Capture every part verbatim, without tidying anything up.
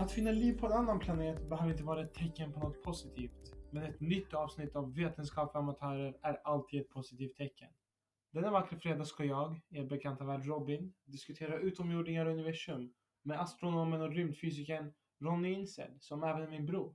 Att finna liv på en annan planet behöver inte vara ett tecken på något positivt. Men ett nytt avsnitt av Vetenskap för amatörer är alltid ett positivt tecken. Denna vackra fredag ska jag, er bekanta värd Robin, diskutera utomjordingar och universum med astronomen och rymdfysikern Ronny Insed, som även är min bror.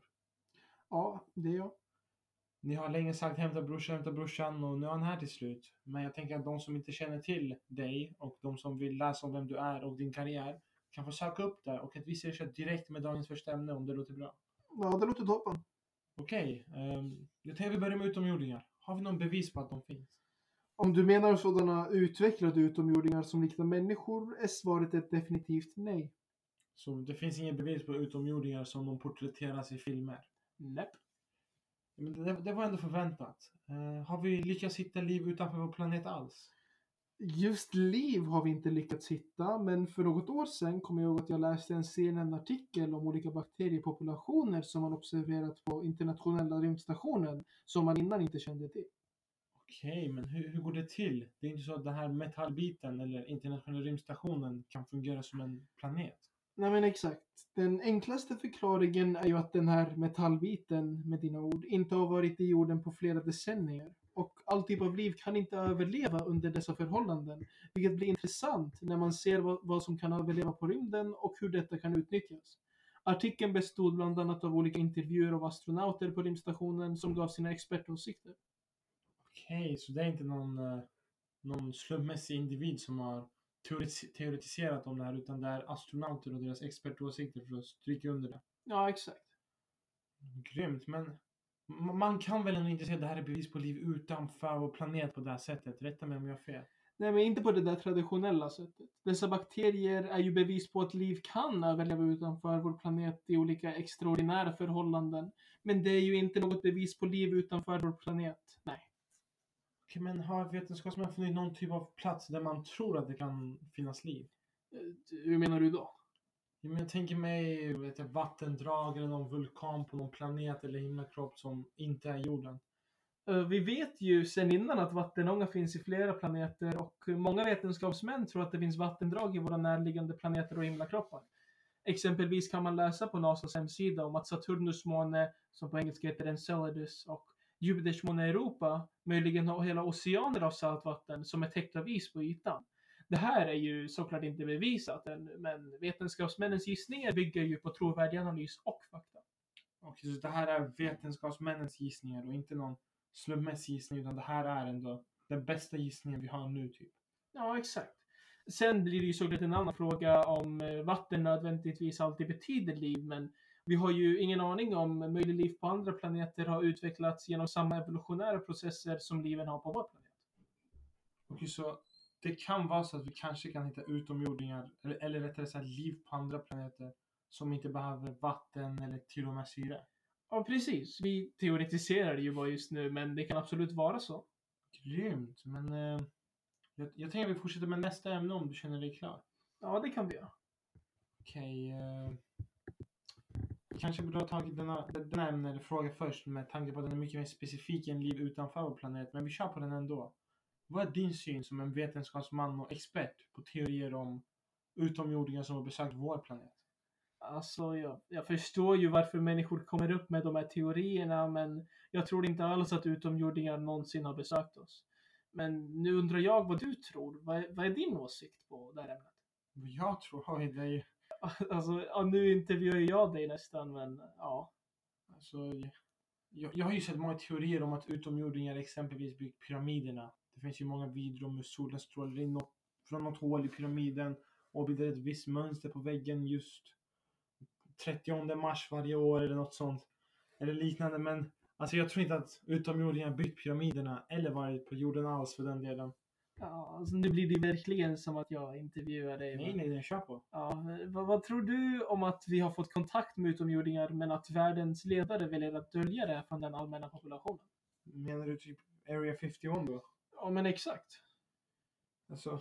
Ja, det är jag. Ni har länge sagt hämta brorsan, hämta brorsan och nu är han här till slut. Men jag tänker att de som inte känner till dig och de som vill läsa om vem du är och din karriär kan få söka upp det och att vi ser sig direkt med dagens första ämne om det låter bra. Ja, det låter toppen. Okej, um, jag tänkte vi börjar med utomjordingar. Har vi någon bevis på att de finns? Om du menar sådana utvecklade utomjordingar som liknar människor är svaret ett definitivt nej. Så det finns inget bevis på utomjordingar som de porträtteras i filmer? Nej. Men det, det var ändå förväntat. Uh, har vi lyckats hitta liv utanför vår planet alls? Just liv har vi inte lyckats hitta, men för något år sedan kom jag ihåg att jag läste en C N N-artikel om olika bakteriepopulationer som man observerat på internationella rymdstationen som man innan inte kände till. Okej, men hur, hur går det till? Det är inte så att den här metallbiten eller internationella rymdstationen kan fungera som en planet. Nej men exakt. Den enklaste förklaringen är ju att den här metallbiten, med dina ord, inte har varit i jorden på flera decennier. Och all typ av liv kan inte överleva under dessa förhållanden. Vilket blir intressant när man ser vad, vad som kan överleva på rymden och hur detta kan utnyttjas. Artikeln bestod bland annat av olika intervjuer av astronauter på rymdstationen som gav sina expertåsikter. Okej, så det är inte någon, uh, någon slumpmässig individ som har teoris- teoretiserat om det här, utan det är astronauter och deras expertåsikter för att stryka under det. Ja, exakt. Grymt, men m- man kan väl ändå inte säga att det här är bevis på liv utanför vår planet på det här sättet. Rätta mig om jag har fel. Nej, men inte på det där traditionella sättet. Dessa bakterier är ju bevis på att liv kan överleva utanför vår planet i olika extraordinära förhållanden. Men det är ju inte något bevis på liv utanför vår planet. Nej. Okej, men har vetenskapsmän funnit någon typ av plats där man tror att det kan finnas liv? Eh, Hur menar du då? Ja, men jag tänker mig vet jag, vattendrag eller någon vulkan på någon planet eller himlakropp som inte är jorden. Eh, Vi vet ju sedan innan att vattenånga finns i flera planeter och många vetenskapsmän tror att det finns vattendrag i våra närliggande planeter och himlakroppar. Exempelvis kan man läsa på NASAs hemsida om att Saturnus måne, som på engelska heter Enceladus, och Jupiters måne Europa möjligen har hela oceaner av saltvatten som är täckt av is på ytan. Det här är ju såklart inte bevisat än, men vetenskapsmännens gissningar bygger ju på trovärdig analys och fakta. Okej, så det här är vetenskapsmännens gissningar och inte någon slumpmässig gissning, utan det här är ändå den bästa gissningen vi har nu typ. Ja, exakt. Sen blir det ju såklart en annan fråga om eh, vatten nödvändigtvis alltid betyder liv, men vi har ju ingen aning om möjligt liv på andra planeter har utvecklats genom samma evolutionära processer som liven har på vår planet. Okej, så det kan vara så att vi kanske kan hitta utomjordingar, eller, eller rättare sagt liv på andra planeter som inte behöver vatten eller till och med syre. Ja, precis. Vi teoretiserar ju bara just nu, men det kan absolut vara så. Grymt, men eh, jag, jag tänker att vi fortsätter med nästa ämne om du känner dig klar. Ja, det kan vi göra. Okej, eh, kanske borde ha tagit denna, denna ämne eller fråga först med tanke på att den är mycket mer specifik än liv utanför vår planet, men vi kör på den ändå. Vad är din syn som en vetenskapsman och expert på teorier om utomjordingar som har besökt vår planet? Alltså, jag, jag förstår ju varför människor kommer upp med de här teorierna, men jag tror inte alls att utomjordingar någonsin har besökt oss. Men nu undrar jag vad du tror. Vad är, vad är din åsikt på det här ämnet? Vad jag tror, oj, det är ju... Alltså, ja, nu intervjuar jag dig nästan, men ja. Alltså, jag, jag har ju sett många teorier om att utomjordingar exempelvis byggt pyramiderna. Det finns ju många videor om hur solen strålar in något, från något hål i pyramiden och blir ett visst mönster på väggen just trettionde mars varje år eller något sånt. Eller liknande, men alltså jag tror inte att utomjordingar byggt pyramiderna eller varit på jorden alls för den delen. Ja, alltså, nu blir det verkligen som att jag intervjuar dig. Nej, men- nej, nej, kör på. Ja, vad, vad tror du om att vi har fått kontakt med utomjordingar men att världens ledare väljer att dölja det från den allmänna populationen? Menar du typ Area femtioett då? Ja, men exakt. Alltså...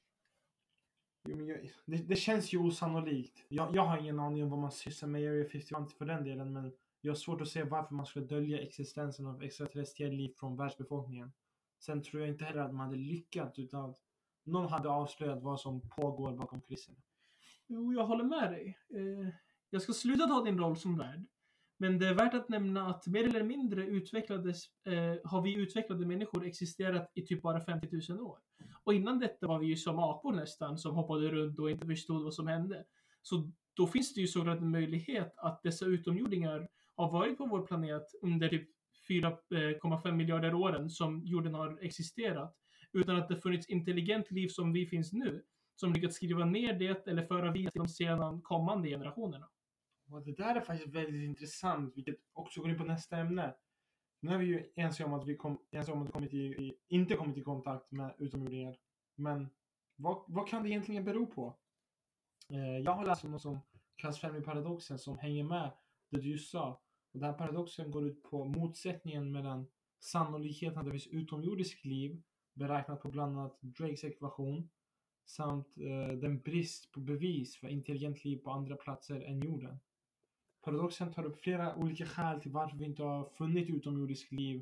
Jo, men jag, det, det känns ju osannolikt. Jag, jag har ingen aning om vad man sysslar med i Area femtioett för den delen, men jag har svårt att se varför man skulle dölja existensen av extraterrestriell liv från världsbefolkningen. Sen tror jag inte heller att man hade lyckats, utan att någon hade avslöjat vad som pågår bakom kulisserna. Jo, jag håller med dig. Eh, Jag ska sluta ta din roll som värd. Men det är värt att nämna att mer eller mindre utvecklades, eh, har vi utvecklade människor existerat i typ bara femtio tusen år. Och innan detta var vi ju som apor nästan, som hoppade runt och inte förstod vad som hände. Så då finns det ju såklart en möjlighet att dessa utomjordingar har varit på vår planet under typ fyra komma fem miljarder åren som jorden har existerat. Utan att det funnits intelligent liv som vi finns nu, som lyckats skriva ner det eller föra vidare till de sedan kommande generationerna. Och det där är faktiskt väldigt intressant, vilket också går in på nästa ämne. Nu är vi ju ense om att vi kom, ense om att kommit i, i, inte kommit i kontakt med utomjordingar. Men vad, vad kan det egentligen bero på? Eh, jag har läst om något som kallas Fermi-paradoxen som hänger med det du sa. Och den här paradoxen går ut på motsättningen mellan sannolikheten att det finns utomjordiskt liv beräknat på bland annat Drakes ekvation samt eh, den brist på bevis för intelligent liv på andra platser än jorden. Paradoxen tar upp flera olika skäl till varför vi inte har funnit utomjordiskt liv.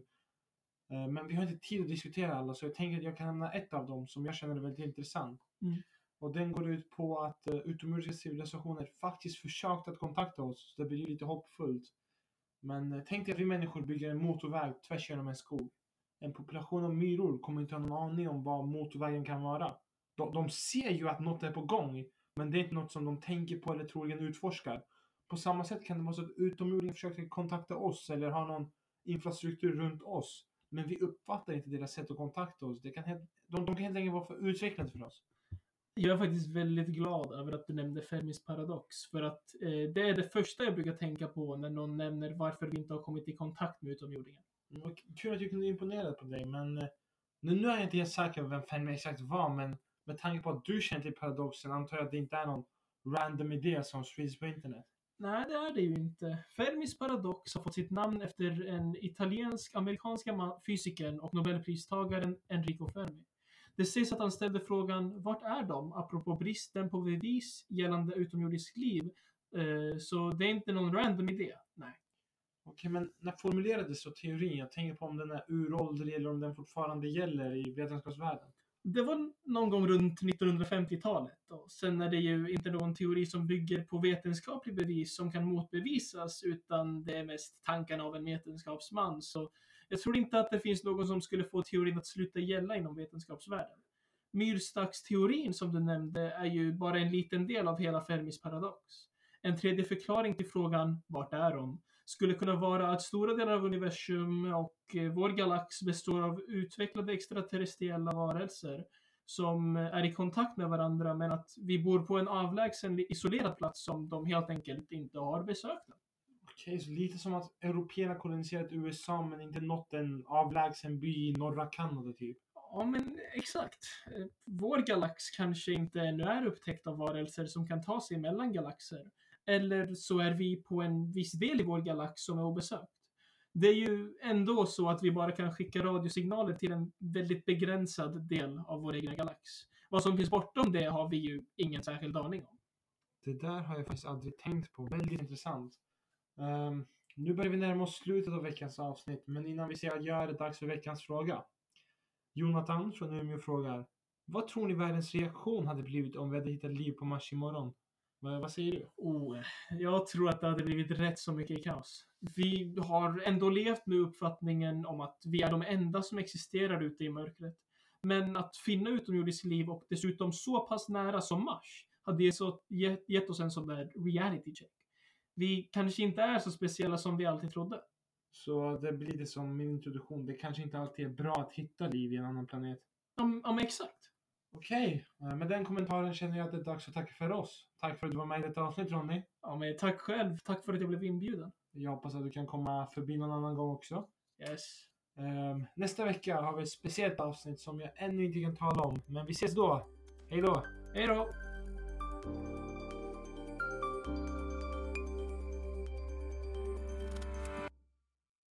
Eh, men vi har inte tid att diskutera alla, så jag tänker att jag kan nämna ett av dem som jag känner är väldigt intressant. Mm. Och den går ut på att uh, utomjordiska civilisationer faktiskt försökt att kontakta oss. Så det blir lite hoppfullt. Men uh, tänk dig att vi människor bygger en motorväg tvärs genom en skog. En population av myror kommer inte ha någon aning om vad motorvägen kan vara. De, de ser ju att något är på gång, men det är inte något som de tänker på eller troligen utforskar. På samma sätt kan det vara så att utomjordingar försöker kontakta oss eller ha någon infrastruktur runt oss. Men vi uppfattar inte deras sätt att kontakta oss. Det kan helt, de, de kan helt enkelt vara för utvecklade för oss. Jag är faktiskt väldigt glad över att du nämnde Fermis paradox. För att eh, det är det första jag brukar tänka på när någon nämner varför vi inte har kommit i kontakt med utomjordingar. Mm, kul att jag kunde imponera på dig, men eh, nu, nu är jag inte helt säker på vem Fermi exakt var, men med tanke på att du känner till paradoxen antar jag att det inte är någon random idé som sprids på internet. Nej, det är det ju inte. Fermis paradox har fått sitt namn efter en italiensk-amerikanska fysikern och nobelpristagaren Enrico Fermi. Det sägs att han ställde frågan, vart är de? Apropå bristen på bevis gällande utomjordiskt liv. Eh, så det är inte någon random idé. Nej. Okej, men när formulerades så teorin? Jag tänker på om den är uråldrig eller om den fortfarande gäller i vetenskapsvärlden. Det var någon gång runt nittonhundrafemtiotalet. Och sen är det ju inte någon teori som bygger på vetenskaplig bevis som kan motbevisas, utan det är mest tankarna av en vetenskapsman. Så jag tror inte att det finns någon som skulle få teorin att sluta gälla inom vetenskapsvärlden. Myrstacksteorin som du nämnde är ju bara en liten del av hela Fermis paradox. En tredje förklaring till frågan, vart är de? Skulle kunna vara att stora delar av universum och vår galax består av utvecklade extraterrestriella varelser som är i kontakt med varandra, men att vi bor på en avlägsen isolerad plats som de helt enkelt inte har besökt. Okej, så lite som att européerna koloniserat U S A men inte nått en avlägsen by i norra Kanada typ. Ja, men exakt. Vår galax kanske inte ännu är upptäckt av varelser som kan ta sig mellan galaxer. Eller så är vi på en viss del i vår galax som är obesökt. Det är ju ändå så att vi bara kan skicka radiosignaler till en väldigt begränsad del av vår egen galax. Vad som finns bortom det har vi ju ingen särskild aning om. Det där har jag faktiskt aldrig tänkt på. Väldigt intressant. Um, nu börjar vi närma oss slutet av veckans avsnitt, men innan vi ser adjö är det dags för veckans fråga. Jonathan från Umeå frågar, vad tror ni världens reaktion hade blivit om vi hade hittat liv på Mars imorgon? Men vad säger du? Oh, jag tror att det hade blivit rätt så mycket kaos. Vi har ändå levt med uppfattningen om att vi är de enda som existerar ute i mörkret. Men att finna utomjordiskt liv och dessutom så pass nära som Mars hade så gett oss en sån där reality check. Vi kanske inte är så speciella som vi alltid trodde. Så det blir det som min introduktion. Det kanske inte alltid är bra att hitta liv i en annan planet. Ja, ja men exakt. Okej, med den kommentaren känner jag att det är dags att tacka för oss. Tack för att du var med i detta avsnitt, Ronny. Ja, men tack själv. Tack för att jag blev inbjuden. Jag hoppas att du kan komma förbi någon annan gång också. Yes. Um, nästa vecka har vi ett speciellt avsnitt som jag ännu inte kan tala om. Men vi ses då. Hej då. Hej då.